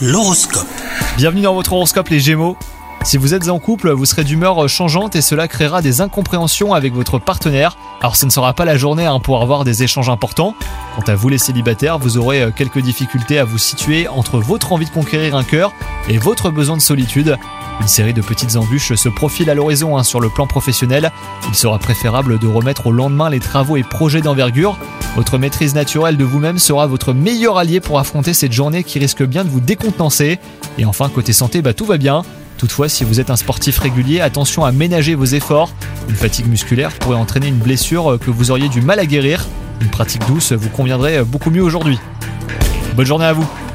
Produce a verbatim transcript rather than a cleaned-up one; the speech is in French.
L'horoscope. Bienvenue dans votre horoscope les Gémeaux. Si vous êtes en couple, vous serez d'humeur changeante et cela créera des incompréhensions avec votre partenaire. Alors ce ne sera pas la journée hein, pour avoir des échanges importants. Quant à vous les célibataires, vous aurez quelques difficultés à vous situer entre votre envie de conquérir un cœur et votre besoin de solitude. Une série de petites embûches se profile à l'horizon hein, sur le plan professionnel. Il sera préférable de remettre au lendemain les travaux et projets d'envergure. Votre maîtrise naturelle de vous-même sera votre meilleur allié pour affronter cette journée qui risque bien de vous décontenancer. Et enfin, côté santé, bah, tout va bien. Toutefois, si vous êtes un sportif régulier, attention à ménager vos efforts. Une fatigue musculaire pourrait entraîner une blessure que vous auriez du mal à guérir. Une pratique douce vous conviendrait beaucoup mieux aujourd'hui. Bonne journée à vous.